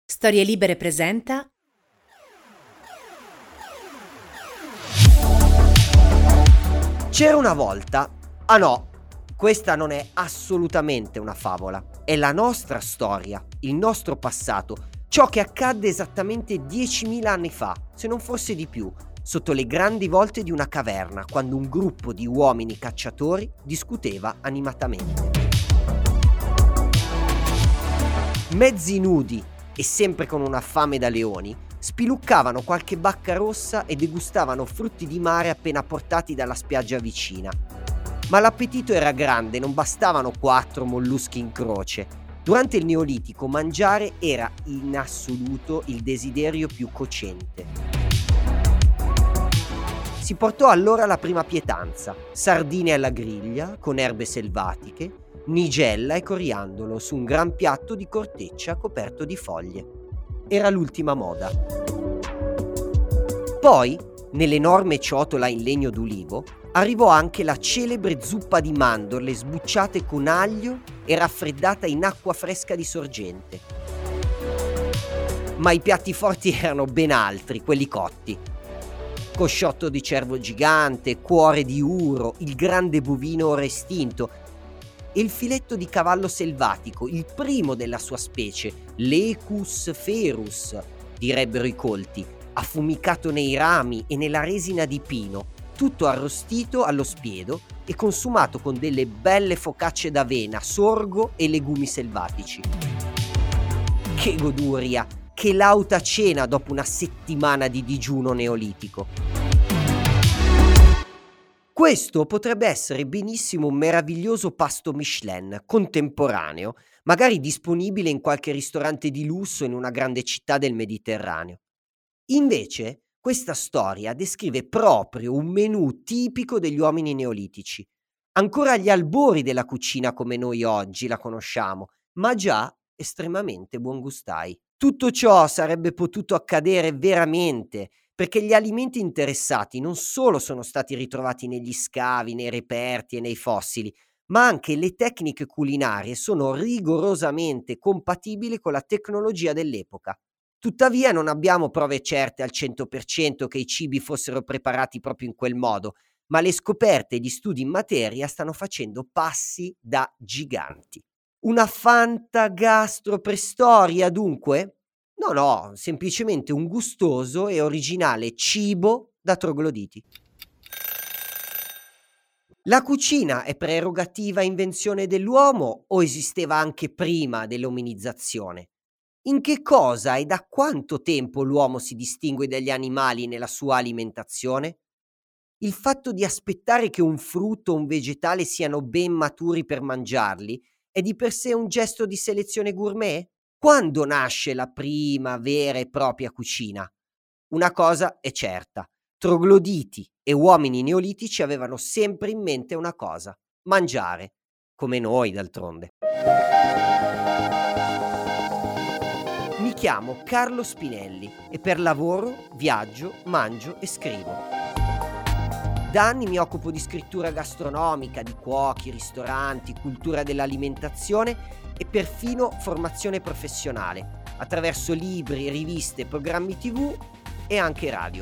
Storie Libere presenta C'era una volta. Ah no, questa non è assolutamente una favola. È la nostra storia, il nostro passato, ciò che accadde esattamente 10.000 anni fa, se non fosse di più, sotto le grandi volte di una caverna, quando un gruppo di uomini cacciatori discuteva animatamente. Mezzi nudi e sempre con una fame da leoni, spiluccavano qualche bacca rossa e degustavano frutti di mare appena portati dalla spiaggia vicina. Ma l'appetito era grande, non bastavano 4 molluschi in croce. Durante il Neolitico mangiare era in assoluto il desiderio più cocente. Si portò allora la prima pietanza: sardine alla griglia con erbe selvatiche, nigella e coriandolo su un gran piatto di corteccia coperto di foglie. Era l'ultima moda. Poi, nell'enorme ciotola in legno d'ulivo, arrivò anche la celebre zuppa di mandorle sbucciate con aglio e raffreddata in acqua fresca di sorgente. Ma i piatti forti erano ben altri, quelli cotti. Cosciotto di cervo gigante, cuore di uro, il grande bovino ora estinto e il filetto di cavallo selvatico, il primo della sua specie, l'Equus ferus, direbbero i colti, affumicato nei rami e nella resina di pino, tutto arrostito allo spiedo e consumato con delle belle focacce d'avena, sorgo e legumi selvatici. Che goduria, che lauta cena dopo una settimana di digiuno neolitico! Questo potrebbe essere benissimo un meraviglioso pasto Michelin contemporaneo, magari disponibile in qualche ristorante di lusso in una grande città del Mediterraneo. Invece, questa storia descrive proprio un menù tipico degli uomini neolitici, ancora agli albori della cucina come noi oggi la conosciamo, ma già estremamente buongustai. Tutto ciò sarebbe potuto accadere veramente perché gli alimenti interessati non solo sono stati ritrovati negli scavi, nei reperti e nei fossili, ma anche le tecniche culinarie sono rigorosamente compatibili con la tecnologia dell'epoca. Tuttavia non abbiamo prove certe al 100% che i cibi fossero preparati proprio in quel modo, ma le scoperte e gli studi in materia stanno facendo passi da giganti. Una fantagastroprestoria dunque? No, semplicemente un gustoso e originale cibo da trogloditi. La cucina è prerogativa e invenzione dell'uomo o esisteva anche prima dell'ominizzazione? In che cosa e da quanto tempo l'uomo si distingue dagli animali nella sua alimentazione? Il fatto di aspettare che un frutto o un vegetale siano ben maturi per mangiarli è di per sé un gesto di selezione gourmet? Quando nasce la prima vera e propria cucina? Una cosa è certa: trogloditi e uomini neolitici avevano sempre in mente una cosa: mangiare, come noi d'altronde. Mi chiamo Carlo Spinelli e per lavoro viaggio, mangio e scrivo. Da anni mi occupo di scrittura gastronomica, di cuochi, ristoranti, cultura dell'alimentazione e perfino formazione professionale, attraverso libri, riviste, programmi TV e anche radio.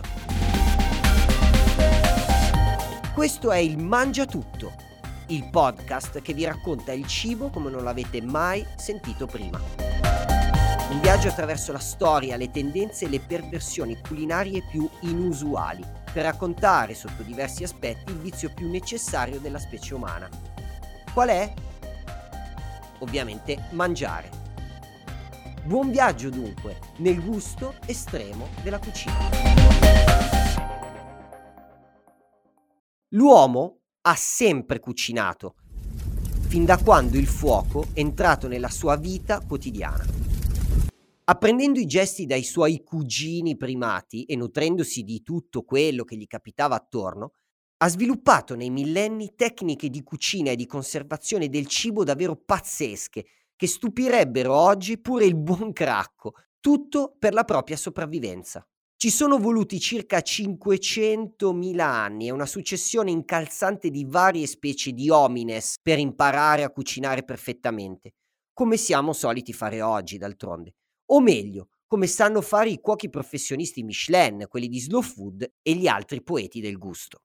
Questo è il Mangia Tutto, il podcast che vi racconta il cibo come non l'avete mai sentito prima. Un viaggio attraverso la storia, le tendenze e le perversioni culinarie più inusuali, per raccontare sotto diversi aspetti il vizio più necessario della specie umana. Qual è? Ovviamente mangiare. Buon viaggio dunque, nel gusto estremo della cucina. L'uomo ha sempre cucinato, fin da quando il fuoco è entrato nella sua vita quotidiana. Apprendendo i gesti dai suoi cugini primati e nutrendosi di tutto quello che gli capitava attorno, ha sviluppato nei millenni tecniche di cucina e di conservazione del cibo davvero pazzesche, che stupirebbero oggi pure il buon Cracco, tutto per la propria sopravvivenza. Ci sono voluti circa 500.000 anni e una successione incalzante di varie specie di homines per imparare a cucinare perfettamente, come siamo soliti fare oggi d'altronde. O meglio, come sanno fare i cuochi professionisti Michelin, quelli di Slow Food e gli altri poeti del gusto.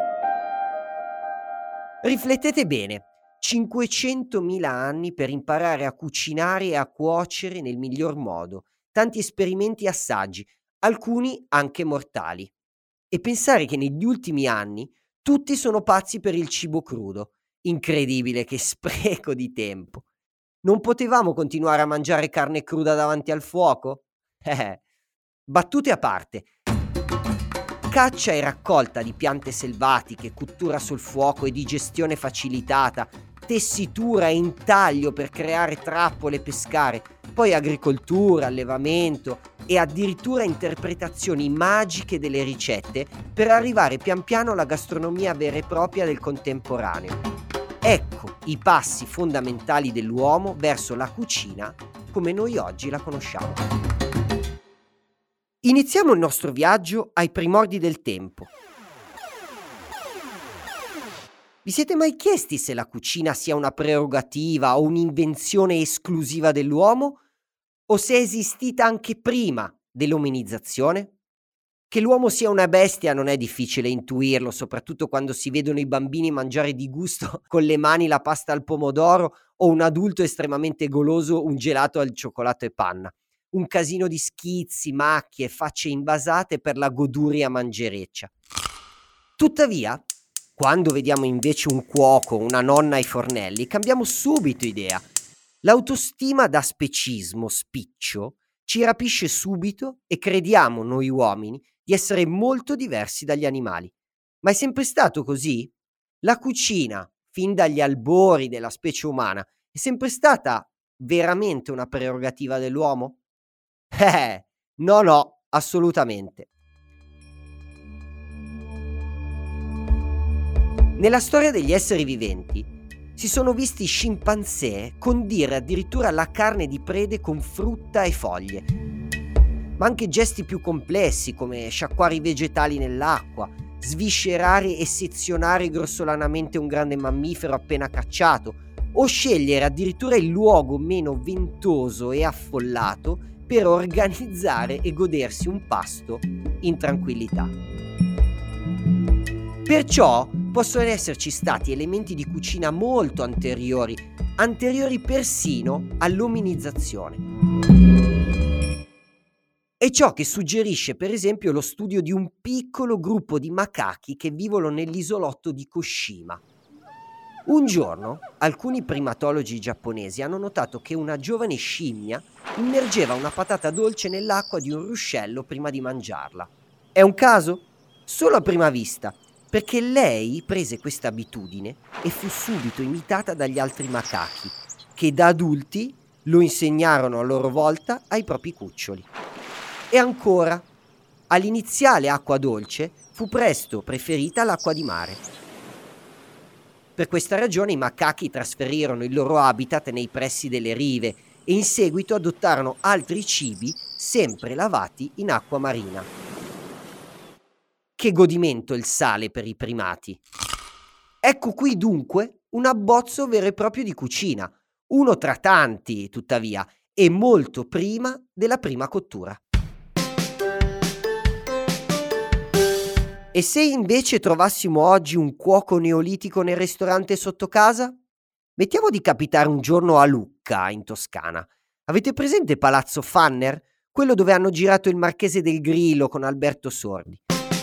Riflettete bene, 500.000 anni per imparare a cucinare e a cuocere nel miglior modo, tanti esperimenti e assaggi, alcuni anche mortali. E pensare che negli ultimi anni tutti sono pazzi per il cibo crudo. Incredibile, che spreco di tempo. Non potevamo continuare a mangiare carne cruda davanti al fuoco? Battute a parte. Caccia e raccolta di piante selvatiche, cottura sul fuoco e digestione facilitata, tessitura e intaglio per creare trappole e pescare, poi agricoltura, allevamento e addirittura interpretazioni magiche delle ricette per arrivare pian piano alla gastronomia vera e propria del contemporaneo. Ecco i passi fondamentali dell'uomo verso la cucina come noi oggi la conosciamo. Iniziamo il nostro viaggio ai primordi del tempo. Vi siete mai chiesti se la cucina sia una prerogativa o un'invenzione esclusiva dell'uomo, o se è esistita anche prima dell'umanizzazione? Che l'uomo sia una bestia non è difficile intuirlo, soprattutto quando si vedono i bambini mangiare di gusto con le mani la pasta al pomodoro o un adulto estremamente goloso un gelato al cioccolato e panna. Un casino di schizzi, macchie, facce invasate per la goduria mangereccia. Tuttavia, quando vediamo invece un cuoco, una nonna ai fornelli, cambiamo subito idea. L'autostima da specismo spiccio ci rapisce subito e crediamo, noi uomini, di essere molto diversi dagli animali. Ma è sempre stato così? La cucina, fin dagli albori della specie umana, è sempre stata veramente una prerogativa dell'uomo? No, assolutamente. Nella storia degli esseri viventi si sono visti scimpanzé condire addirittura la carne di prede con frutta e foglie, ma anche gesti più complessi come sciacquare i vegetali nell'acqua, sviscerare e sezionare grossolanamente un grande mammifero appena cacciato, o scegliere addirittura il luogo meno ventoso e affollato per organizzare e godersi un pasto in tranquillità. Perciò possono esserci stati elementi di cucina molto anteriori persino all'ominizzazione. È ciò che suggerisce per esempio lo studio di un piccolo gruppo di macachi che vivono nell'isolotto di Koshima. Un giorno alcuni primatologi giapponesi hanno notato che una giovane scimmia immergeva una patata dolce nell'acqua di un ruscello prima di mangiarla. È un caso? Solo a prima vista, perché lei prese questa abitudine e fu subito imitata dagli altri macachi, che da adulti lo insegnarono a loro volta ai propri cuccioli. E ancora, all'iniziale acqua dolce fu presto preferita l'acqua di mare. Per questa ragione i macachi trasferirono il loro habitat nei pressi delle rive e in seguito adottarono altri cibi sempre lavati in acqua marina. Che godimento il sale per i primati! Ecco qui dunque un abbozzo vero e proprio di cucina, uno tra tanti tuttavia, e molto prima della prima cottura. E se invece trovassimo oggi un cuoco neolitico nel ristorante sotto casa? Mettiamo di capitare un giorno a Lucca, in Toscana. Avete presente Palazzo Fanner? Quello dove hanno girato Il Marchese del Grillo con Alberto Sordi.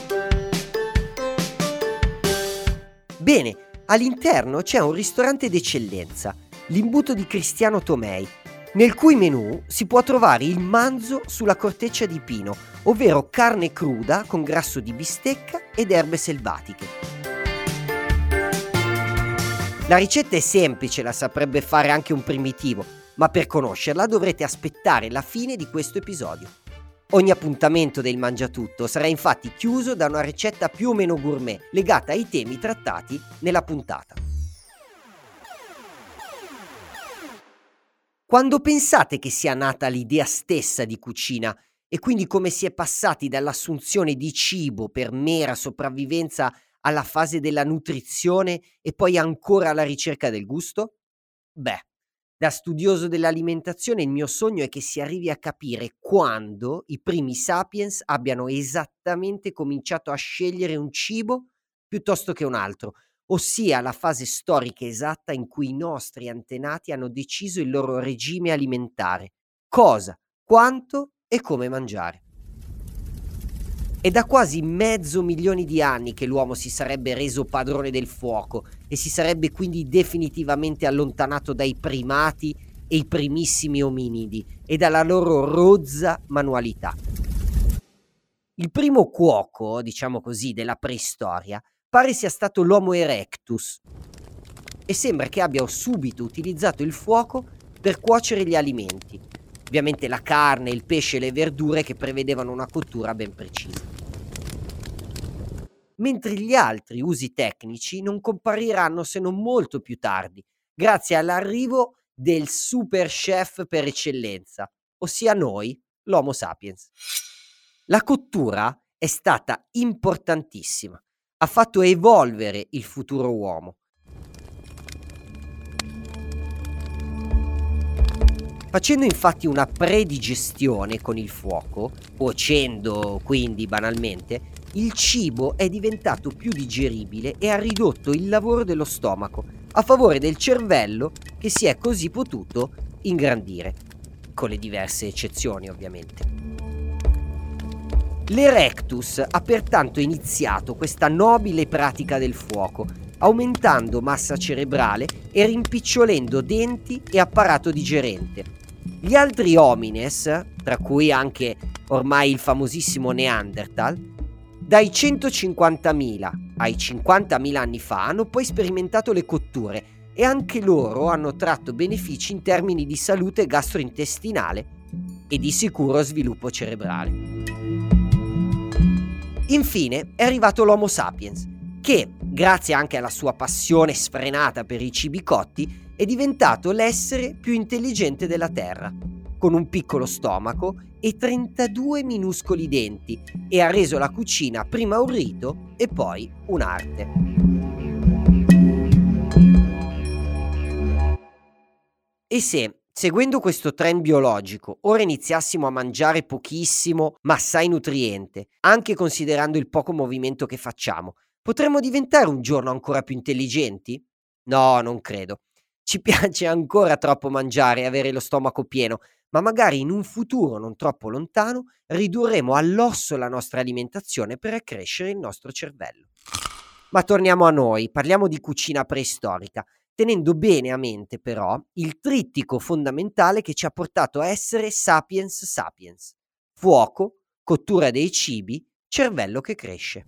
Bene, all'interno c'è un ristorante d'eccellenza, l'Imbuto di Cristiano Tomei, nel cui menù si può trovare il manzo sulla corteccia di pino, ovvero carne cruda con grasso di bistecca ed erbe selvatiche. La ricetta è semplice, la saprebbe fare anche un primitivo, ma per conoscerla dovrete aspettare la fine di questo episodio. Ogni appuntamento del Mangiatutto sarà infatti chiuso da una ricetta più o meno gourmet legata ai temi trattati nella puntata. Quando pensate che sia nata l'idea stessa di cucina e quindi come si è passati dall'assunzione di cibo per mera sopravvivenza alla fase della nutrizione e poi ancora alla ricerca del gusto? Beh, Da studioso dell'alimentazione il mio sogno è che si arrivi a capire quando i primi sapiens abbiano esattamente cominciato a scegliere un cibo piuttosto che un altro, ossia la fase storica esatta in cui i nostri antenati hanno deciso il loro regime alimentare, cosa, quanto e come mangiare. È da quasi mezzo milione di anni che l'uomo si sarebbe reso padrone del fuoco e si sarebbe quindi definitivamente allontanato dai primati e i primissimi ominidi e dalla loro rozza manualità. Il primo cuoco, diciamo così, della preistoria pare sia stato l'Homo erectus e sembra che abbia subito utilizzato il fuoco per cuocere gli alimenti, ovviamente la carne, il pesce e le verdure che prevedevano una cottura ben precisa. Mentre gli altri usi tecnici non compariranno se non molto più tardi, grazie all'arrivo del super chef per eccellenza, ossia noi, l'Homo sapiens. La cottura è stata importantissima, ha fatto evolvere il futuro uomo. Facendo infatti una predigestione con il fuoco, cuocendo quindi banalmente, il cibo è diventato più digeribile e ha ridotto il lavoro dello stomaco a favore del cervello che si è così potuto ingrandire, con le diverse eccezioni ovviamente. L'Erectus ha pertanto iniziato questa nobile pratica del fuoco, aumentando massa cerebrale e rimpicciolendo denti e apparato digerente. Gli altri homines, tra cui anche ormai il famosissimo Neanderthal, dai 150.000 ai 50.000 anni fa hanno poi sperimentato le cotture e anche loro hanno tratto benefici in termini di salute gastrointestinale e di sicuro sviluppo cerebrale. Infine è arrivato l'Homo sapiens, che, grazie anche alla sua passione sfrenata per i cibi cotti, è diventato l'essere più intelligente della Terra, con un piccolo stomaco e 32 minuscoli denti, e ha reso la cucina prima un rito e poi un'arte. E se, seguendo questo trend biologico, ora iniziassimo a mangiare pochissimo ma assai nutriente, anche considerando il poco movimento che facciamo, potremmo diventare un giorno ancora più intelligenti? No, non credo. Ci piace ancora troppo mangiare e avere lo stomaco pieno, ma magari in un futuro non troppo lontano ridurremo all'osso la nostra alimentazione per accrescere il nostro cervello. Ma torniamo a noi, parliamo di cucina preistorica, tenendo bene a mente però il trittico fondamentale che ci ha portato a essere sapiens sapiens: fuoco, cottura dei cibi, cervello che cresce.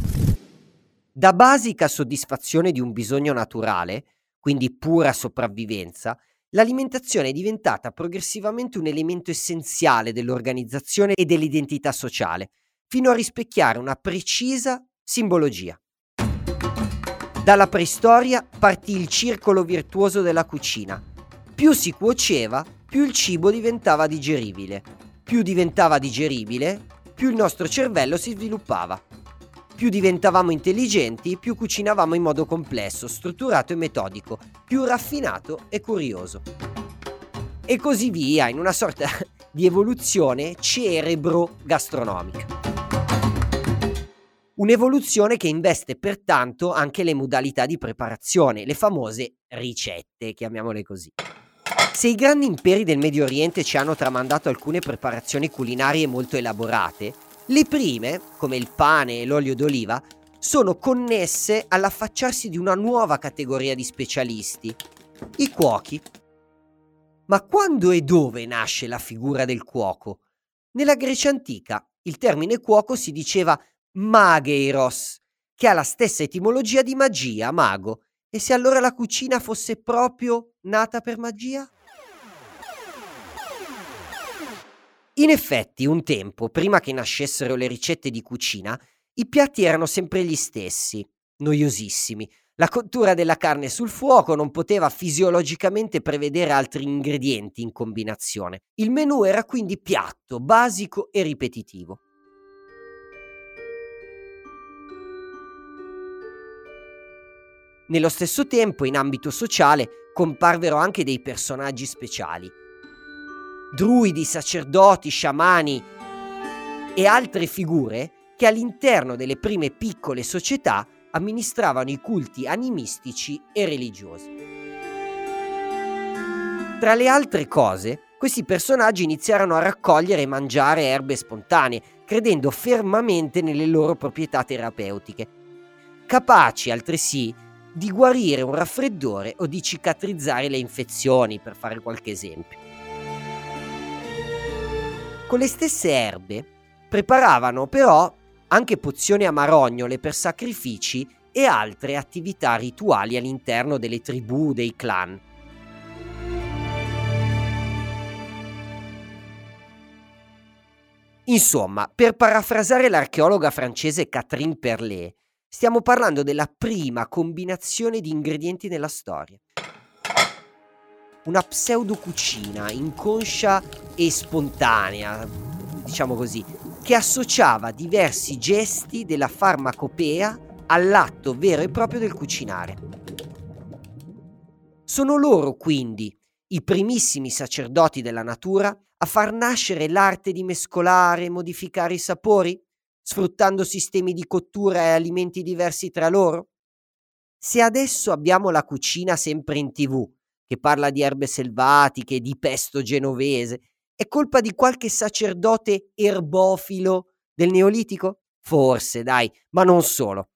Da basica soddisfazione di un bisogno naturale, quindi pura sopravvivenza, l'alimentazione è diventata progressivamente un elemento essenziale dell'organizzazione e dell'identità sociale, fino a rispecchiare una precisa simbologia. Dalla preistoria partì il circolo virtuoso della cucina. Più si cuoceva, più il cibo diventava digeribile. Più diventava digeribile, più il nostro cervello si sviluppava. Più diventavamo intelligenti, più cucinavamo in modo complesso, strutturato e metodico, più raffinato e curioso. E così via, in una sorta di evoluzione cerebro-gastronomica. Un'evoluzione che investe pertanto anche le modalità di preparazione, le famose ricette, chiamiamole così. Se i grandi imperi del Medio Oriente ci hanno tramandato alcune preparazioni culinarie molto elaborate, le prime, come il pane e l'olio d'oliva, sono connesse all'affacciarsi di una nuova categoria di specialisti, i cuochi. Ma quando e dove nasce la figura del cuoco? Nella Grecia antica il termine cuoco si diceva mageiros, che ha la stessa etimologia di magia, mago. E se allora la cucina fosse proprio nata per magia? In effetti, un tempo, prima che nascessero le ricette di cucina, i piatti erano sempre gli stessi, noiosissimi. La cottura della carne sul fuoco non poteva fisiologicamente prevedere altri ingredienti in combinazione. Il menù era quindi piatto, basico e ripetitivo. Nello stesso tempo, in ambito sociale, comparvero anche dei personaggi speciali. Druidi, sacerdoti, sciamani e altre figure che all'interno delle prime piccole società amministravano i culti animistici e religiosi. Tra le altre cose, questi personaggi iniziarono a raccogliere e mangiare erbe spontanee, credendo fermamente nelle loro proprietà terapeutiche, capaci altresì di guarire un raffreddore o di cicatrizzare le infezioni, per fare qualche esempio. Con le stesse erbe preparavano però anche pozioni a marognole per sacrifici e altre attività rituali all'interno delle tribù, dei clan. Insomma, per parafrasare l'archeologa francese Catherine Perlet, stiamo parlando della prima combinazione di ingredienti nella storia. Una pseudo-cucina inconscia e spontanea, diciamo così, che associava diversi gesti della farmacopea all'atto vero e proprio del cucinare. Sono loro, quindi, i primissimi sacerdoti della natura a far nascere l'arte di mescolare e modificare i sapori, sfruttando sistemi di cottura e alimenti diversi tra loro? Se adesso abbiamo la cucina sempre in TV, che parla di erbe selvatiche, di pesto genovese, è colpa di qualche sacerdote erbofilo del Neolitico? Forse, dai, ma non solo.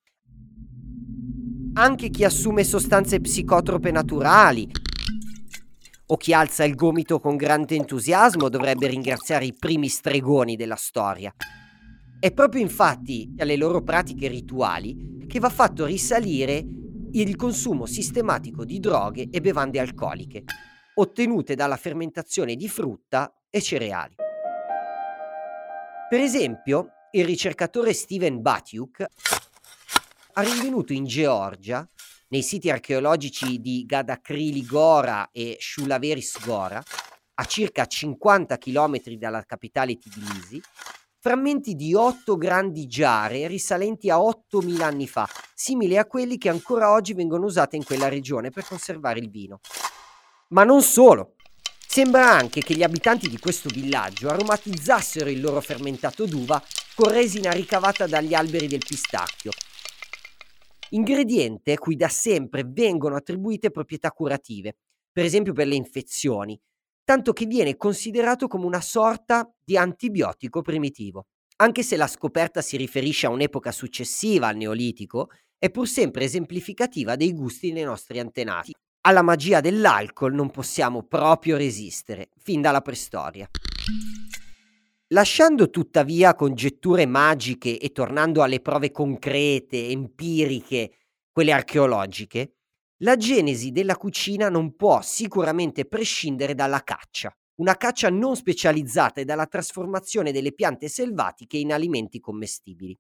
Anche chi assume sostanze psicotrope naturali o chi alza il gomito con grande entusiasmo dovrebbe ringraziare i primi stregoni della storia. È proprio infatti alle loro pratiche rituali che va fatto risalire il consumo sistematico di droghe e bevande alcoliche, ottenute dalla fermentazione di frutta e cereali. Per esempio, il ricercatore Steven Batiuk ha rinvenuto in Georgia, nei siti archeologici di Gadakrili Gora e Shulaveris Gora, a circa 50 km dalla capitale Tbilisi, frammenti di 8 grandi giare risalenti a 8.000 anni fa, simili a quelli che ancora oggi vengono usati in quella regione per conservare il vino. Ma non solo! Sembra anche che gli abitanti di questo villaggio aromatizzassero il loro fermentato d'uva con resina ricavata dagli alberi del pistacchio, ingrediente a cui da sempre vengono attribuite proprietà curative, per esempio per le infezioni, tanto che viene considerato come una sorta di antibiotico primitivo. Anche se la scoperta si riferisce a un'epoca successiva al Neolitico, è pur sempre esemplificativa dei gusti dei nostri antenati. Alla magia dell'alcol non possiamo proprio resistere, fin dalla preistoria. Lasciando tuttavia congetture magiche e tornando alle prove concrete, empiriche, quelle archeologiche, la genesi della cucina non può sicuramente prescindere dalla caccia. Una caccia non specializzata e dalla trasformazione delle piante selvatiche in alimenti commestibili.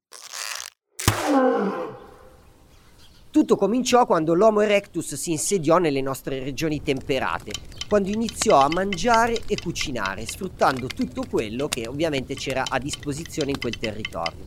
Tutto cominciò quando l'Homo erectus si insediò nelle nostre regioni temperate, quando iniziò a mangiare e cucinare, sfruttando tutto quello che ovviamente c'era a disposizione in quel territorio.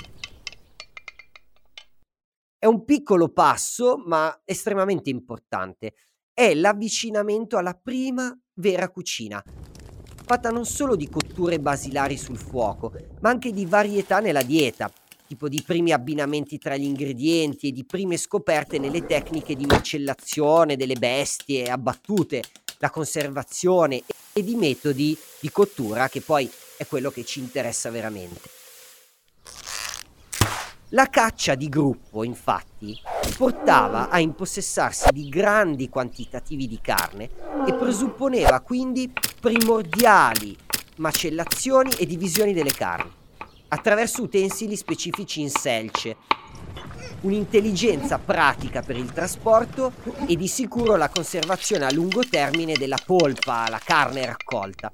È un piccolo passo, ma estremamente importante. È l'avvicinamento alla prima vera cucina, fatta non solo di cotture basilari sul fuoco, ma anche di varietà nella dieta, tipo di primi abbinamenti tra gli ingredienti e di prime scoperte nelle tecniche di macellazione delle bestie abbattute, la conservazione e di metodi di cottura, che poi è quello che ci interessa veramente. La caccia di gruppo, infatti, portava a impossessarsi di grandi quantitativi di carne e presupponeva quindi primordiali macellazioni e divisioni delle carni, attraverso utensili specifici in selce, un'intelligenza pratica per il trasporto e di sicuro la conservazione a lungo termine della polpa, la carne raccolta.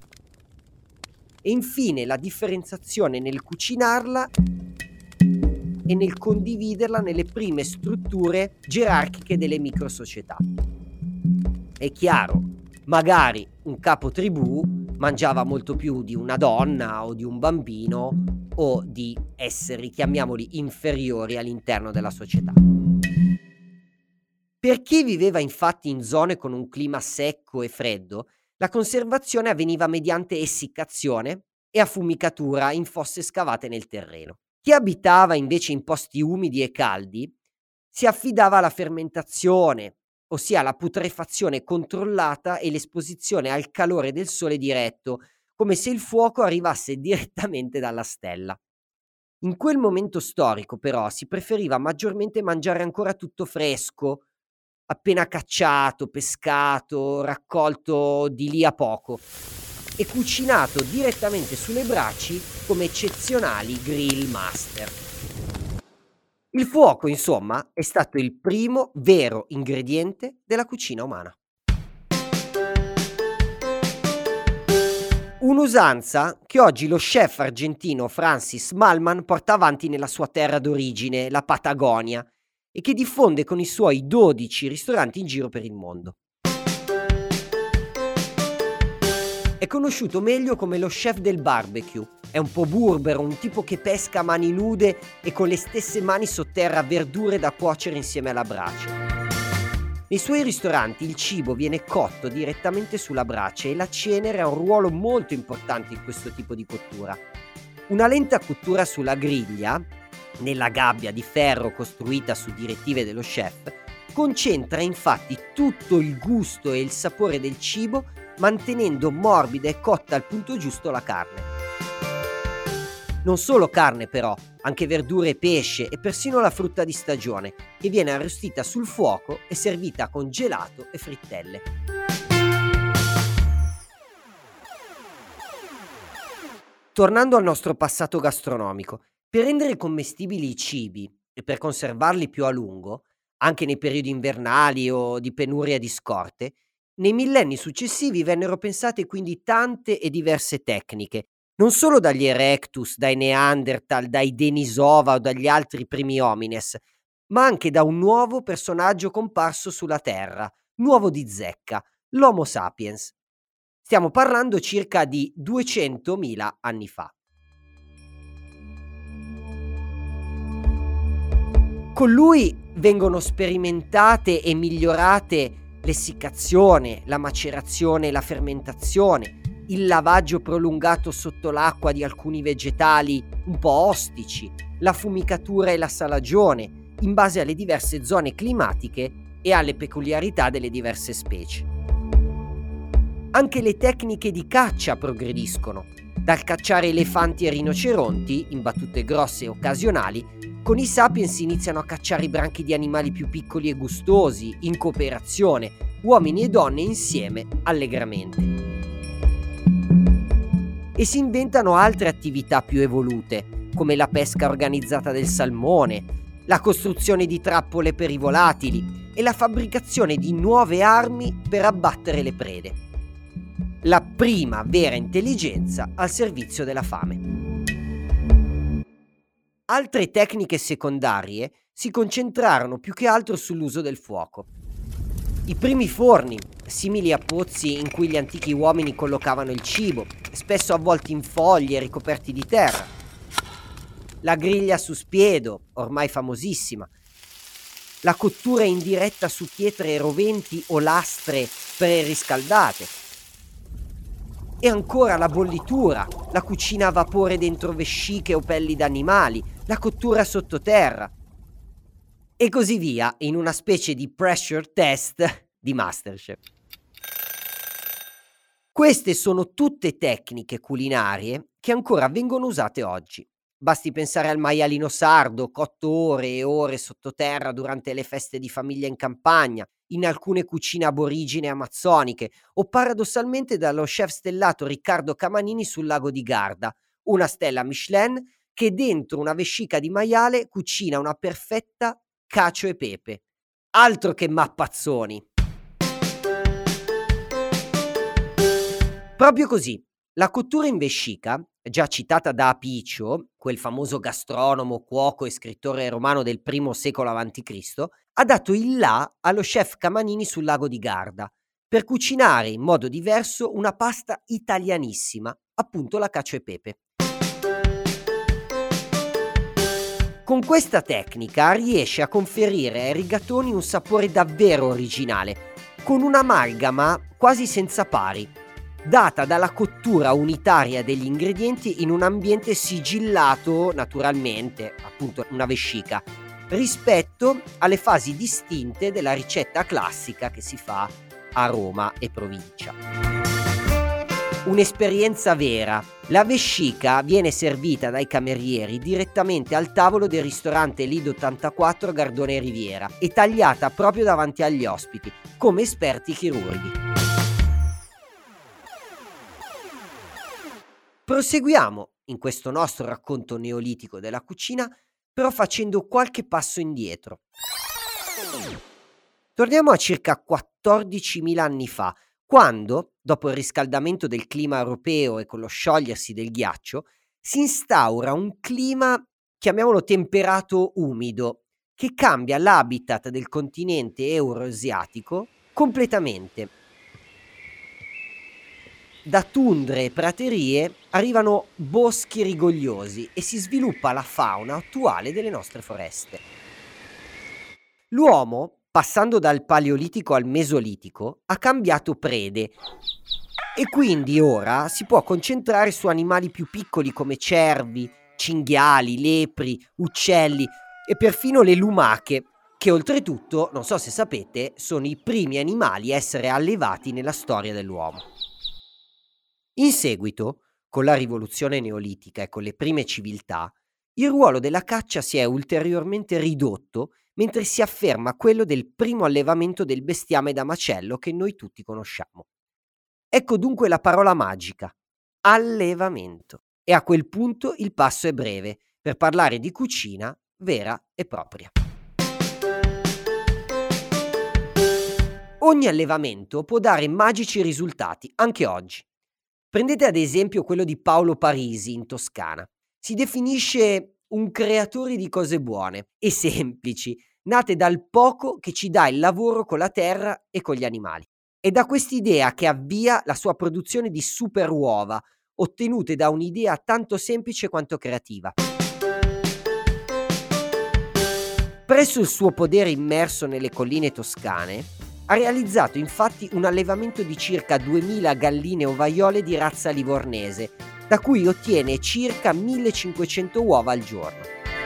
E infine la differenziazione nel cucinarla e nel condividerla nelle prime strutture gerarchiche delle microsocietà. È chiaro, magari un capo tribù mangiava molto più di una donna o di un bambino o di esseri, chiamiamoli, inferiori all'interno della società. Per chi viveva infatti in zone con un clima secco e freddo, la conservazione avveniva mediante essiccazione e affumicatura in fosse scavate nel terreno. Chi abitava invece in posti umidi e caldi si affidava alla fermentazione, ossia alla putrefazione controllata e l'esposizione al calore del sole diretto, come se il fuoco arrivasse direttamente dalla stella. In quel momento storico, però, si preferiva maggiormente mangiare ancora tutto fresco, appena cacciato, pescato, raccolto di lì a poco e cucinato direttamente sulle braci come eccezionali grill master. Il fuoco, insomma, è stato il primo vero ingrediente della cucina umana. Un'usanza che oggi lo chef argentino Francis Mallmann porta avanti nella sua terra d'origine, la Patagonia, e che diffonde con i suoi 12 ristoranti in giro per il mondo. È conosciuto meglio come lo chef del barbecue. È un po' burbero, un tipo che pesca a mani nude e con le stesse mani sotterra verdure da cuocere insieme alla brace. Nei suoi ristoranti il cibo viene cotto direttamente sulla brace e la cenere ha un ruolo molto importante in questo tipo di cottura. Una lenta cottura sulla griglia, nella gabbia di ferro costruita su direttive dello chef, concentra infatti tutto il gusto e il sapore del cibo, mantenendo morbida e cotta al punto giusto la carne. Non solo carne però, anche verdure e pesce e persino la frutta di stagione, che viene arrostita sul fuoco e servita con gelato e frittelle. Tornando al nostro passato gastronomico, per rendere commestibili i cibi e per conservarli più a lungo, anche nei periodi invernali o di penuria di scorte, nei millenni successivi vennero pensate quindi tante e diverse tecniche, non solo dagli Erectus, dai Neanderthal, dai Denisova o dagli altri primi homines, ma anche da un nuovo personaggio comparso sulla Terra, nuovo di zecca, l'Homo sapiens. Stiamo parlando circa di 200.000 anni fa. Con lui vengono sperimentate e migliorate l'essiccazione, la macerazione e la fermentazione, il lavaggio prolungato sotto l'acqua di alcuni vegetali un po' ostici, la fumicatura e la salagione, in base alle diverse zone climatiche e alle peculiarità delle diverse specie. Anche le tecniche di caccia progrediscono, dal cacciare elefanti e rinoceronti, in battute grosse e occasionali, con i sapiens iniziano a cacciare i branchi di animali più piccoli e gustosi, in cooperazione, uomini e donne insieme, allegramente. E si inventano altre attività più evolute, come la pesca organizzata del salmone, la costruzione di trappole per i volatili e la fabbricazione di nuove armi per abbattere le prede. La prima vera intelligenza al servizio della fame. Altre tecniche secondarie si concentrarono più che altro sull'uso del fuoco. I primi forni, simili a pozzi in cui gli antichi uomini collocavano il cibo, spesso avvolti in foglie e ricoperti di terra. La griglia su spiedo, ormai famosissima. La cottura indiretta su pietre roventi o lastre preriscaldate. E ancora la bollitura, la cucina a vapore dentro vesciche o pelli d'animali, la cottura sottoterra. E così via, in una specie di pressure test di MasterChef. Queste sono tutte tecniche culinarie che ancora vengono usate oggi. Basti pensare al maialino sardo, cotto ore e ore sottoterra durante le feste di famiglia in campagna, in alcune cucine aborigene amazzoniche, o paradossalmente dallo chef stellato Riccardo Camanini sul lago di Garda, una stella Michelin che dentro una vescica di maiale cucina una perfetta cacio e pepe. Altro che mappazzoni! Proprio così, la cottura in vescica, già citata da Apiccio, quel famoso gastronomo, cuoco e scrittore romano del I secolo a.C., ha dato il là allo chef Camanini sul lago di Garda per cucinare in modo diverso una pasta italianissima, appunto la cacio e pepe. Con questa tecnica riesce a conferire ai rigatoni un sapore davvero originale, con un'amalgama quasi senza pari, data dalla cottura unitaria degli ingredienti in un ambiente sigillato naturalmente, appunto una vescica, rispetto alle fasi distinte della ricetta classica che si fa a Roma e provincia. Un'esperienza vera. La vescica viene servita dai camerieri direttamente al tavolo del ristorante Lido 84 Gardone Riviera e tagliata proprio davanti agli ospiti, come esperti chirurghi. Proseguiamo in questo nostro racconto neolitico della cucina, però facendo qualche passo indietro. Torniamo a circa 14.000 anni fa, quando, dopo il riscaldamento del clima europeo e con lo sciogliersi del ghiaccio, si instaura un clima, chiamiamolo temperato umido, che cambia l'habitat del continente euroasiatico completamente. Da tundre e praterie arrivano boschi rigogliosi e si sviluppa la fauna attuale delle nostre foreste. L'uomo, passando dal Paleolitico al Mesolitico, ha cambiato prede e quindi ora si può concentrare su animali più piccoli come cervi, cinghiali, lepri, uccelli e perfino le lumache, che oltretutto, non so se sapete, sono i primi animali a essere allevati nella storia dell'uomo. In seguito, con la rivoluzione neolitica e con le prime civiltà, il ruolo della caccia si è ulteriormente ridotto, mentre si afferma quello del primo allevamento del bestiame da macello che noi tutti conosciamo. Ecco dunque la parola magica: allevamento. E a quel punto il passo è breve per parlare di cucina vera e propria. Ogni allevamento può dare magici risultati, anche oggi. Prendete ad esempio quello di Paolo Parisi in Toscana. Si definisce un creatore di cose buone e semplici, nate dal poco che ci dà il lavoro con la terra e con gli animali. È da quest'idea che avvia la sua produzione di super uova, ottenute da un'idea tanto semplice quanto creativa. Presso il suo podere immerso nelle colline toscane, ha realizzato infatti un allevamento di circa 2000 galline ovaiole di razza livornese, da cui ottiene circa 1500 uova al giorno.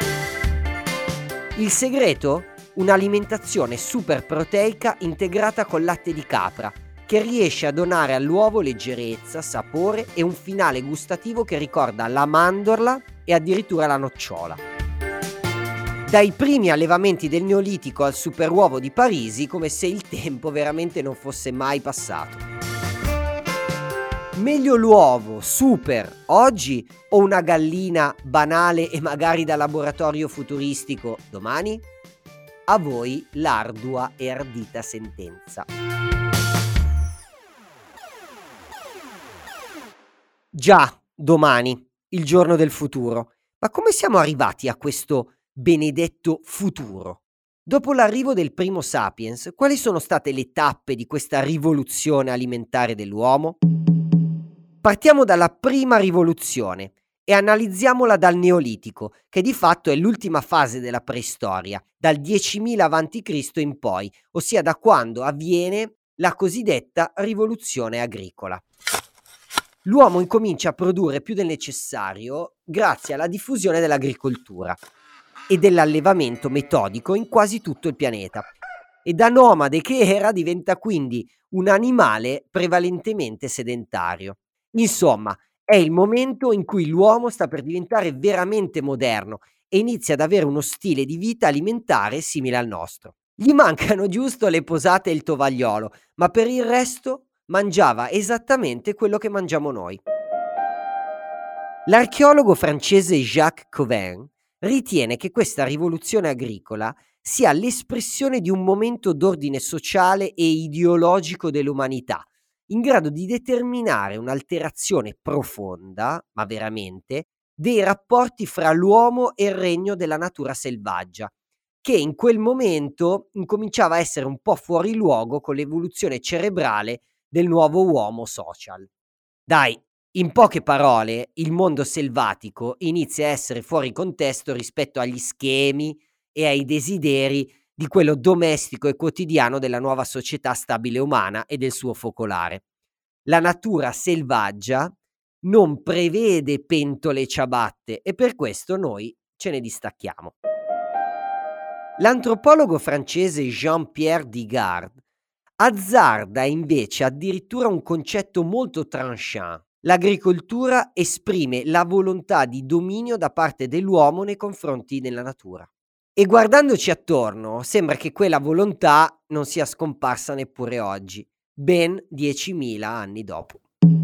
Il segreto? Un'alimentazione super proteica integrata col latte di capra, che riesce a donare all'uovo leggerezza, sapore e un finale gustativo che ricorda la mandorla e addirittura la nocciola. Dai primi allevamenti del Neolitico al superuovo di Parisi, come se il tempo veramente non fosse mai passato. Meglio l'uovo super oggi o una gallina banale e magari da laboratorio futuristico domani? A voi l'ardua e ardita sentenza. Già, domani, il giorno del futuro. Ma come siamo arrivati a questo benedetto futuro? Dopo l'arrivo del primo sapiens, quali sono state le tappe di questa rivoluzione alimentare dell'uomo? Partiamo dalla prima rivoluzione e analizziamola dal Neolitico, che di fatto è l'ultima fase della preistoria, dal 10.000 a.C. in poi, ossia da quando avviene la cosiddetta rivoluzione agricola. L'uomo incomincia a produrre più del necessario grazie alla diffusione dell'agricoltura e dell'allevamento metodico in quasi tutto il pianeta. E da nomade che era diventa quindi un animale prevalentemente sedentario. Insomma, è il momento in cui l'uomo sta per diventare veramente moderno e inizia ad avere uno stile di vita alimentare simile al nostro. Gli mancano giusto le posate e il tovagliolo, ma per il resto mangiava esattamente quello che mangiamo noi. L'archeologo francese Jacques Cauvin ritiene che questa rivoluzione agricola sia l'espressione di un momento d'ordine sociale e ideologico dell'umanità, in grado di determinare un'alterazione profonda, ma veramente, dei rapporti fra l'uomo e il regno della natura selvaggia, che in quel momento incominciava a essere un po' fuori luogo con l'evoluzione cerebrale del nuovo uomo social. Dai, In poche parole, il mondo selvatico inizia a essere fuori contesto rispetto agli schemi e ai desideri di quello domestico e quotidiano della nuova società stabile umana e del suo focolare. La natura selvaggia non prevede pentole e ciabatte e per questo noi ce ne distacchiamo. L'antropologo francese Jean-Pierre Digard azzarda invece addirittura un concetto molto tranchant. L'agricoltura esprime la volontà di dominio da parte dell'uomo nei confronti della natura. E guardandoci attorno, sembra che quella volontà non sia scomparsa neppure oggi, ben 10.000 anni dopo.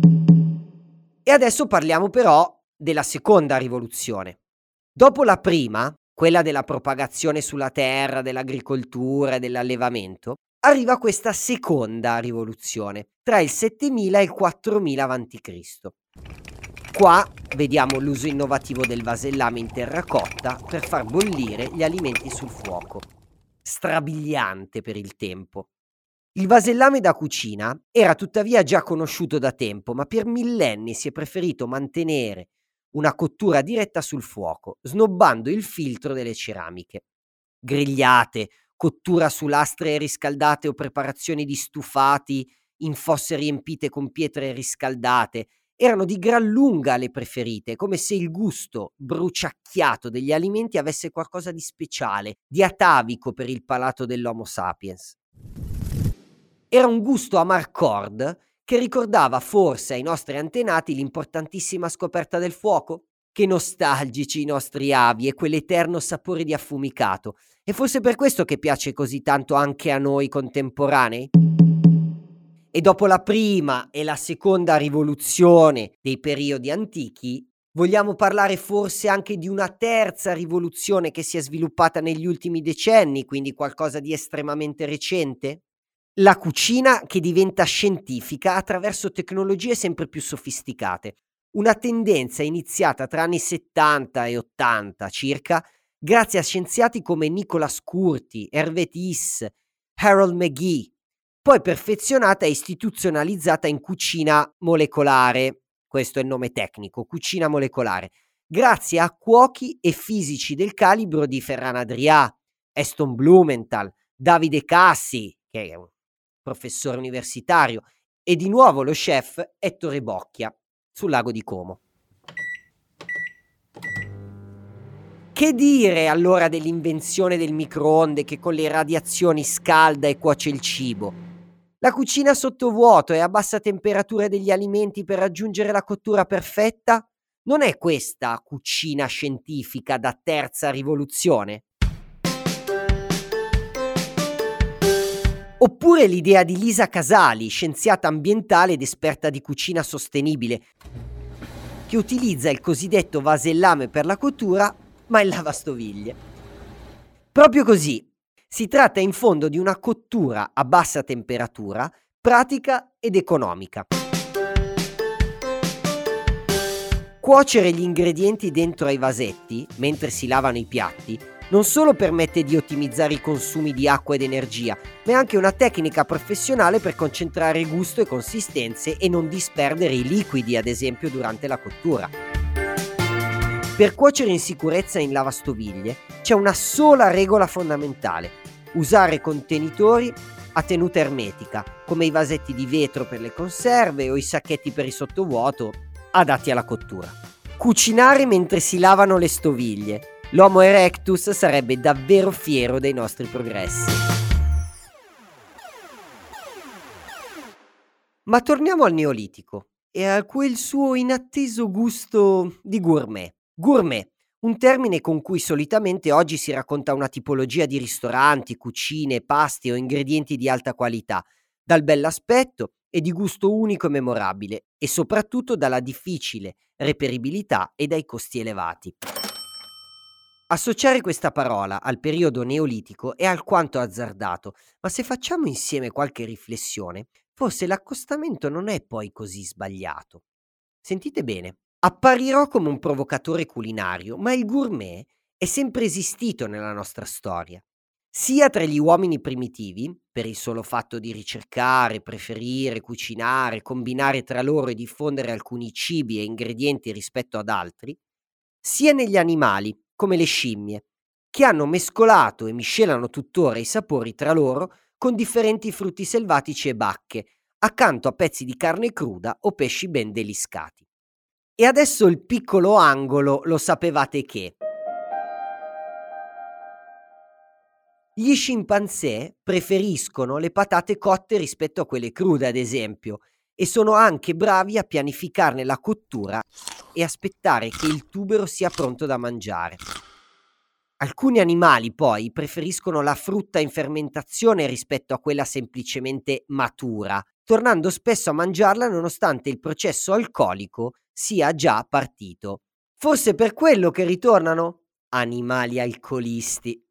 E adesso parliamo però della seconda rivoluzione. Dopo la prima, quella della propagazione sulla terra, dell'agricoltura e dell'allevamento, arriva questa seconda rivoluzione, tra il 7000 e il 4000 a.C. Qua vediamo l'uso innovativo del vasellame in terracotta per far bollire gli alimenti sul fuoco. Strabiliante per il tempo. Il vasellame da cucina era tuttavia già conosciuto da tempo, ma per millenni si è preferito mantenere una cottura diretta sul fuoco, snobbando il filtro delle ceramiche. Grigliate, cottura su lastre riscaldate o preparazioni di stufati in fosse riempite con pietre riscaldate erano di gran lunga le preferite, come se il gusto bruciacchiato degli alimenti avesse qualcosa di speciale, di atavico per il palato dell'Homo sapiens. Era un gusto amarcord che ricordava forse ai nostri antenati l'importantissima scoperta del fuoco. Che nostalgici i nostri avi e quell'eterno sapore di affumicato. E forse per questo che piace così tanto anche a noi contemporanei? E dopo la prima e la seconda rivoluzione dei periodi antichi, vogliamo parlare forse anche di una terza rivoluzione che si è sviluppata negli ultimi decenni, quindi qualcosa di estremamente recente? La cucina che diventa scientifica attraverso tecnologie sempre più sofisticate. Una tendenza iniziata tra anni 70 e 80 circa, grazie a scienziati come Nicholas Curti, Hervé Is, Harold McGee, poi perfezionata e istituzionalizzata in cucina molecolare, questo è il nome tecnico, cucina molecolare, grazie a cuochi e fisici del calibro di Ferran Adrià, Aston Blumenthal, Davide Cassi, che è un professore universitario, e di nuovo lo chef Ettore Bocchia, sul lago di Como. Che dire allora dell'invenzione del microonde che con le radiazioni scalda e cuoce il cibo? La cucina sottovuoto e a bassa temperatura degli alimenti per raggiungere la cottura perfetta? Non è questa cucina scientifica da terza rivoluzione? Oppure l'idea di Lisa Casali, scienziata ambientale ed esperta di cucina sostenibile, che utilizza il cosiddetto vasellame per la cottura, ma il lavastoviglie. Proprio così. Si tratta in fondo di una cottura a bassa temperatura, pratica ed economica. Cuocere gli ingredienti dentro ai vasetti, mentre si lavano i piatti, non solo permette di ottimizzare i consumi di acqua ed energia, ma è anche una tecnica professionale per concentrare gusto e consistenze e non disperdere i liquidi, ad esempio, durante la cottura. Per cuocere in sicurezza in lavastoviglie c'è una sola regola fondamentale: usare contenitori a tenuta ermetica, come i vasetti di vetro per le conserve o i sacchetti per il sottovuoto adatti alla cottura. Cucinare mentre si lavano le stoviglie. L'Homo erectus sarebbe davvero fiero dei nostri progressi. Ma torniamo al Neolitico e a quel suo inatteso gusto di gourmet. Gourmet, un termine con cui solitamente oggi si racconta una tipologia di ristoranti, cucine, pasti o ingredienti di alta qualità, dal bell'aspetto e di gusto unico e memorabile, e soprattutto dalla difficile reperibilità e dai costi elevati. Associare questa parola al periodo neolitico è alquanto azzardato, ma se facciamo insieme qualche riflessione, forse l'accostamento non è poi così sbagliato. Sentite bene. Apparirò come un provocatore culinario, ma il gourmet è sempre esistito nella nostra storia. Sia tra gli uomini primitivi, per il solo fatto di ricercare, preferire, cucinare, combinare tra loro e diffondere alcuni cibi e ingredienti rispetto ad altri, sia negli animali, come le scimmie, che hanno mescolato e miscelano tuttora i sapori tra loro con differenti frutti selvatici e bacche, accanto a pezzi di carne cruda o pesci ben deliscati. E adesso il piccolo angolo, lo sapevate che? Gli scimpanzé preferiscono le patate cotte rispetto a quelle crude, ad esempio, e sono anche bravi a pianificarne la cottura e aspettare che il tubero sia pronto da mangiare. Alcuni animali poi preferiscono la frutta in fermentazione rispetto a quella semplicemente matura, tornando spesso a mangiarla nonostante il processo alcolico sia già partito. Forse per quello che ritornano? Animali alcolisti.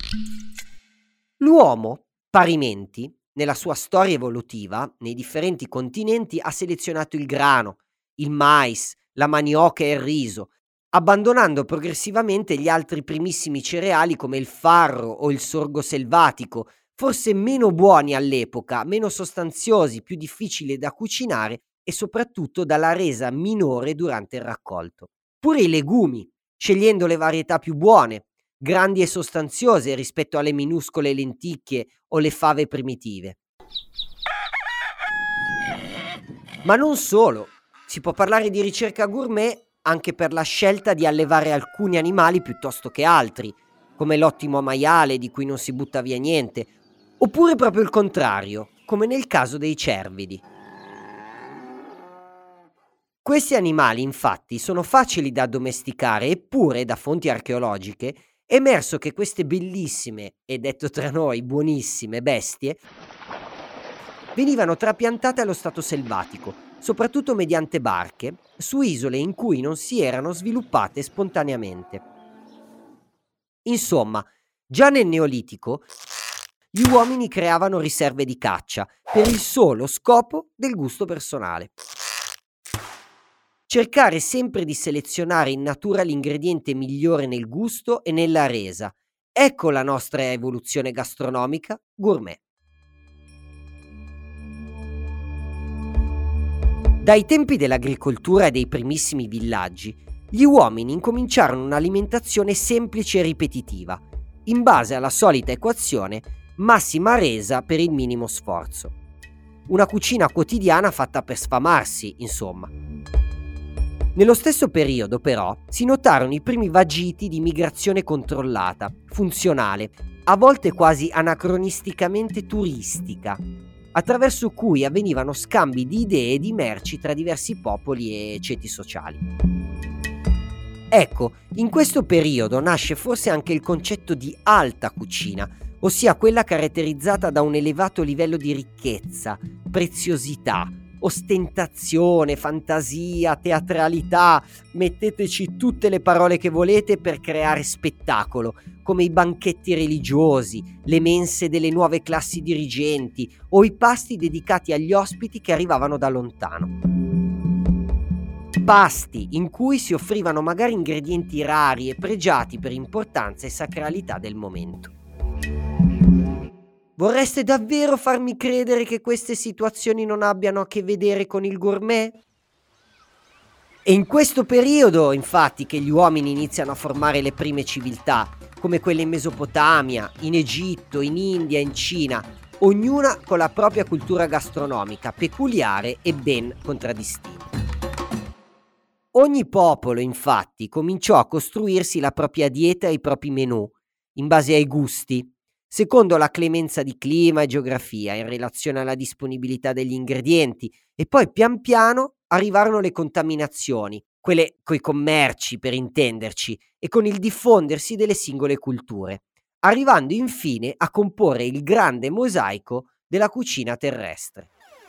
L'uomo, parimenti, nella sua storia evolutiva, nei differenti continenti ha selezionato il grano, il mais, la manioca e il riso, abbandonando progressivamente gli altri primissimi cereali come il farro o il sorgo selvatico, forse meno buoni all'epoca, meno sostanziosi, più difficili da cucinare e soprattutto dalla resa minore durante il raccolto. Pure i legumi, scegliendo le varietà più buone, grandi e sostanziose rispetto alle minuscole lenticchie o le fave primitive. Ma non solo, si può parlare di ricerca gourmet anche per la scelta di allevare alcuni animali piuttosto che altri, come l'ottimo maiale di cui non si butta via niente, oppure proprio il contrario, come nel caso dei cervidi. Questi animali, infatti, sono facili da addomesticare, eppure, da fonti archeologiche, è emerso che queste bellissime, e detto tra noi buonissime bestie, venivano trapiantate allo stato selvatico, soprattutto mediante barche, su isole in cui non si erano sviluppate spontaneamente. Insomma, già nel Neolitico, gli uomini creavano riserve di caccia per il solo scopo del gusto personale. Cercare sempre di selezionare in natura l'ingrediente migliore nel gusto e nella resa. Ecco la nostra evoluzione gastronomica gourmet. Dai tempi dell'agricoltura e dei primissimi villaggi, gli uomini incominciarono un'alimentazione semplice e ripetitiva, in base alla solita equazione massima resa per il minimo sforzo. Una cucina quotidiana fatta per sfamarsi, insomma. Nello stesso periodo, però, si notarono i primi vagiti di migrazione controllata, funzionale, a volte quasi anacronisticamente turistica, attraverso cui avvenivano scambi di idee e di merci tra diversi popoli e ceti sociali. Ecco, in questo periodo nasce forse anche il concetto di alta cucina, ossia quella caratterizzata da un elevato livello di ricchezza, preziosità, ostentazione, fantasia, teatralità, metteteci tutte le parole che volete per creare spettacolo, come i banchetti religiosi, le mense delle nuove classi dirigenti o i pasti dedicati agli ospiti che arrivavano da lontano. Pasti in cui si offrivano magari ingredienti rari e pregiati per importanza e sacralità del momento. Vorreste davvero farmi credere che queste situazioni non abbiano a che vedere con il gourmet? È in questo periodo, infatti, che gli uomini iniziano a formare le prime civiltà, come quelle in Mesopotamia, in Egitto, in India, in Cina, ognuna con la propria cultura gastronomica peculiare e ben contraddistinta. Ogni popolo, infatti, cominciò a costruirsi la propria dieta e i propri menù, in base ai gusti, secondo la clemenza di clima e geografia in relazione alla disponibilità degli ingredienti, e poi pian piano arrivarono le contaminazioni, quelle coi commerci per intenderci, e con il diffondersi delle singole culture, arrivando infine a comporre il grande mosaico della cucina terrestre.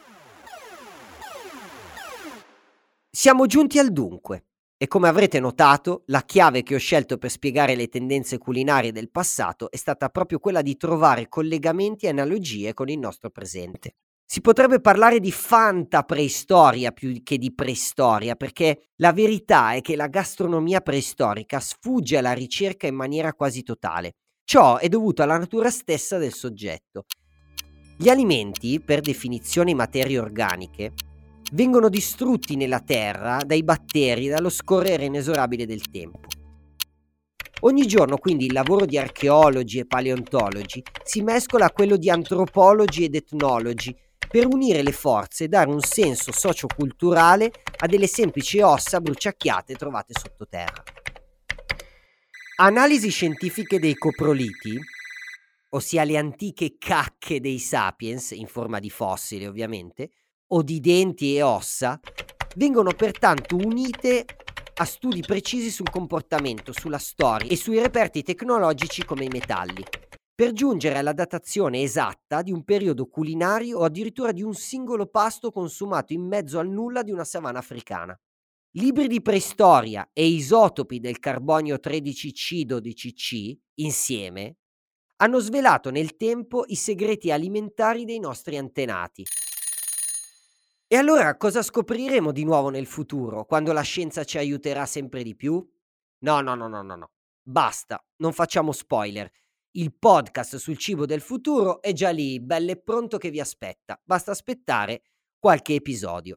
Siamo giunti al dunque. E come avrete notato, la chiave che ho scelto per spiegare le tendenze culinarie del passato è stata proprio quella di trovare collegamenti e analogie con il nostro presente. Si potrebbe parlare di fantapreistoria più che di preistoria, perché la verità è che la gastronomia preistorica sfugge alla ricerca in maniera quasi totale, Ciò è dovuto alla natura stessa del soggetto. Gli alimenti, per definizione materie organiche, vengono distrutti nella terra dai batteri dallo scorrere inesorabile del tempo. Ogni giorno quindi il lavoro di archeologi e paleontologi si mescola a quello di antropologi ed etnologi per unire le forze e dare un senso socioculturale a delle semplici ossa bruciacchiate trovate sottoterra. Analisi scientifiche dei coproliti, ossia le antiche cacche dei sapiens, in forma di fossili ovviamente, o di denti e ossa, vengono pertanto unite a studi precisi sul comportamento, sulla storia e sui reperti tecnologici come i metalli, per giungere alla datazione esatta di un periodo culinario o addirittura di un singolo pasto consumato in mezzo al nulla di una savana africana. Libri di preistoria e isotopi del carbonio 13C12C, insieme, hanno svelato nel tempo i segreti alimentari dei nostri antenati. E allora cosa scopriremo di nuovo nel futuro, quando la scienza ci aiuterà sempre di più? No. Basta, non facciamo spoiler. Il podcast sul cibo del futuro è già lì, bello e pronto che vi aspetta. Basta aspettare qualche episodio.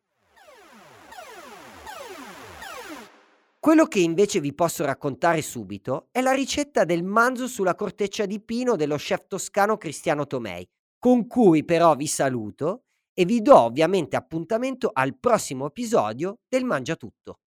Quello che invece vi posso raccontare subito è la ricetta del manzo sulla corteccia di pino dello chef toscano Cristiano Tomei, con cui però vi saluto e vi do ovviamente appuntamento al prossimo episodio del Mangiatutto.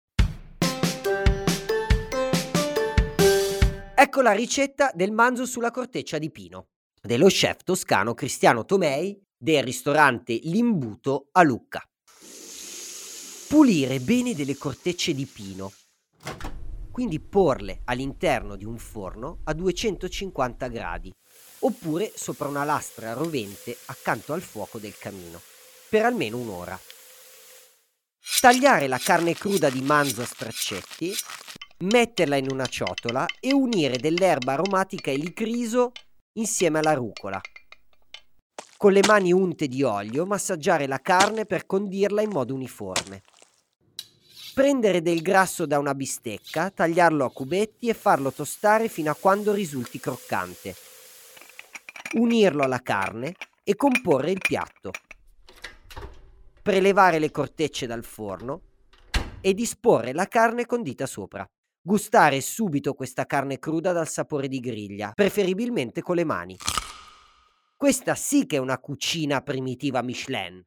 Ecco la ricetta del manzo sulla corteccia di pino dello chef toscano Cristiano Tomei del ristorante L'Imbuto a Lucca. Pulire bene delle cortecce di pino, quindi porle all'interno di un forno a 250 gradi oppure sopra una lastra rovente accanto al fuoco del camino per almeno un'ora. Tagliare la carne cruda di manzo a straccetti, metterla in una ciotola e unire dell'erba aromatica elicriso insieme alla rucola. Con le mani unte di olio massaggiare la carne per condirla in modo uniforme. Prendere del grasso da una bistecca, tagliarlo a cubetti e farlo tostare fino a quando risulti croccante. Unirlo alla carne e comporre il piatto. Prelevare le cortecce dal forno e disporre la carne condita sopra. Gustare subito questa carne cruda dal sapore di griglia, preferibilmente con le mani. Questa sì che è una cucina primitiva Michelin.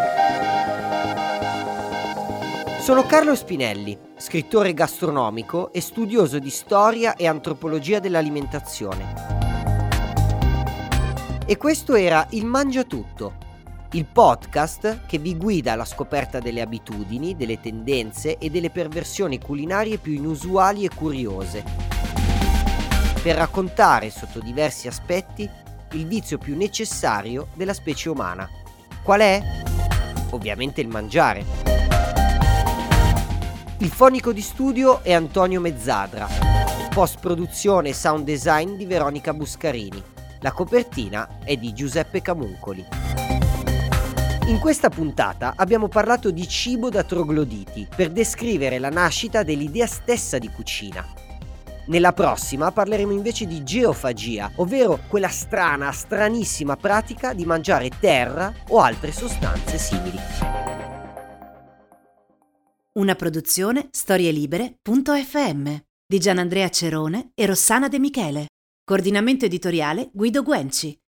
Sono Carlo Spinelli, scrittore gastronomico e studioso di storia e antropologia dell'alimentazione. E questo era Il Mangiatutto, il podcast che vi guida alla scoperta delle abitudini, delle tendenze e delle perversioni culinarie più inusuali e curiose, per raccontare sotto diversi aspetti il vizio più necessario della specie umana. Qual è? Ovviamente il mangiare. Il fonico di studio è Antonio Mezzadra, post-produzione e sound design di Veronica Buscarini. La copertina è di Giuseppe Camuncoli. In questa puntata abbiamo parlato di cibo da trogloditi per descrivere la nascita dell'idea stessa di cucina. Nella prossima parleremo invece di geofagia, ovvero quella stranissima pratica di mangiare terra o altre sostanze simili. Una produzione storielibere.fm di Gianandrea Cerone e Rossana De Michele. Coordinamento editoriale Guido Guenci.